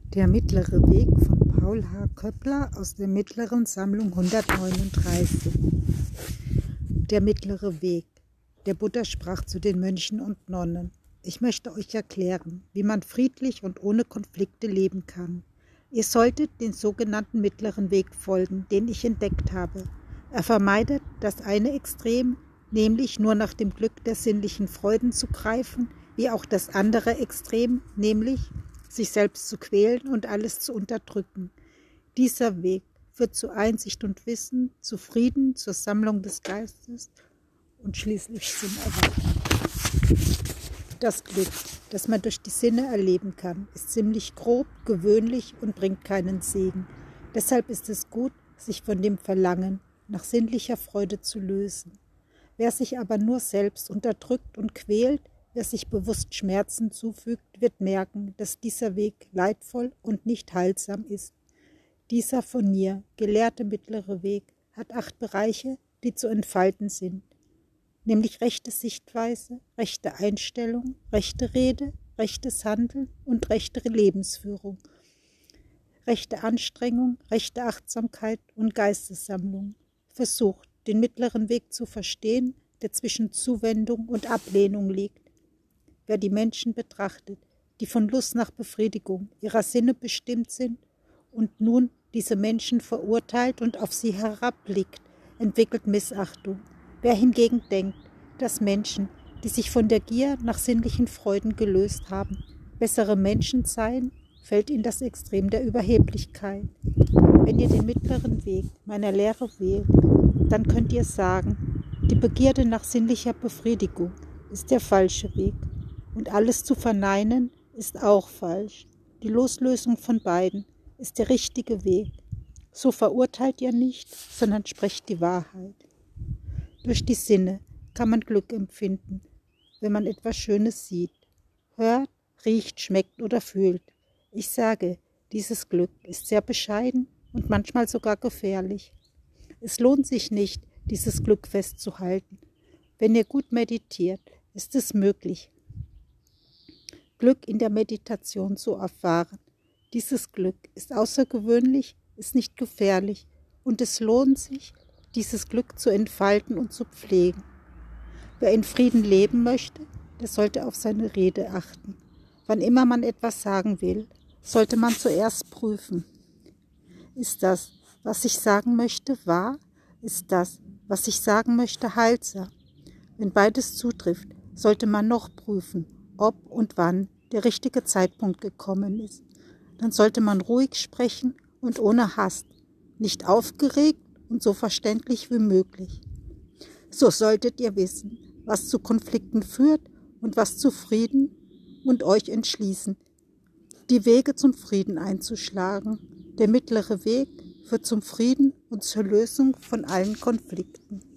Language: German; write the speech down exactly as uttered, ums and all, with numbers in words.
Der mittlere Weg von Paul H. Köppler aus der Mittleren Sammlung hundertneununddreißig. Der mittlere Weg. Der Buddha sprach zu den Mönchen und Nonnen: Ich möchte euch erklären, wie man friedlich und ohne Konflikte leben kann. Ihr solltet den sogenannten mittleren Weg folgen, den ich entdeckt habe. Er vermeidet das eine Extrem, nämlich nur nach dem Glück der sinnlichen Freuden zu greifen, wie auch das andere Extrem, nämlich sich selbst zu quälen und alles zu unterdrücken. Dieser Weg führt zu Einsicht und Wissen, zu Frieden, zur Sammlung des Geistes und schließlich zum Erwachen. Das Glück, das man durch die Sinne erleben kann, ist ziemlich grob, gewöhnlich und bringt keinen Segen. Deshalb ist es gut, sich von dem Verlangen nach sinnlicher Freude zu lösen. Wer sich aber nur selbst unterdrückt und quält, wer sich bewusst Schmerzen zufügt, wird merken, dass dieser Weg leidvoll und nicht heilsam ist. Dieser von mir gelehrte mittlere Weg hat acht Bereiche, die zu entfalten sind, nämlich rechte Sichtweise, rechte Einstellung, rechte Rede, rechtes Handeln und rechte Lebensführung, rechte Anstrengung, rechte Achtsamkeit und Geistessammlung. Versucht, den mittleren Weg zu verstehen, der zwischen Zuwendung und Ablehnung liegt. Wer die Menschen betrachtet, die von Lust nach Befriedigung ihrer Sinne bestimmt sind und nun diese Menschen verurteilt und auf sie herabblickt, entwickelt Missachtung. Wer hingegen denkt, dass Menschen, die sich von der Gier nach sinnlichen Freuden gelöst haben, bessere Menschen seien, fällt in das Extrem der Überheblichkeit. Wenn ihr den mittleren Weg meiner Lehre wählt, dann könnt ihr sagen, die Begierde nach sinnlicher Befriedigung ist der falsche Weg und alles zu verneinen ist auch falsch. Die Loslösung von beiden ist der richtige Weg. So verurteilt ihr nicht, sondern sprecht die Wahrheit. Durch die Sinne kann man Glück empfinden, wenn man etwas Schönes sieht, hört, riecht, schmeckt oder fühlt. Ich sage, dieses Glück ist sehr bescheiden und manchmal sogar gefährlich. Es lohnt sich nicht, dieses Glück festzuhalten. Wenn ihr gut meditiert, ist es möglich, Glück in der Meditation zu erfahren. Dieses Glück ist außergewöhnlich, ist nicht gefährlich und es lohnt sich, dieses Glück zu entfalten und zu pflegen. Wer in Frieden leben möchte, der sollte auf seine Rede achten. Wann immer man etwas sagen will, sollte man zuerst prüfen. Ist das, was ich sagen möchte, wahr? Ist das, was ich sagen möchte, heilsam? Wenn beides zutrifft, sollte man noch prüfen, ob und wann der richtige Zeitpunkt gekommen ist. Dann sollte man ruhig sprechen und ohne Hast, nicht aufgeregt und so verständlich wie möglich. So solltet ihr wissen, was zu Konflikten führt und was zu Frieden und euch entschließen, die Wege zum Frieden einzuschlagen. Der mittlere Weg führt zum Frieden und zur Lösung von allen Konflikten.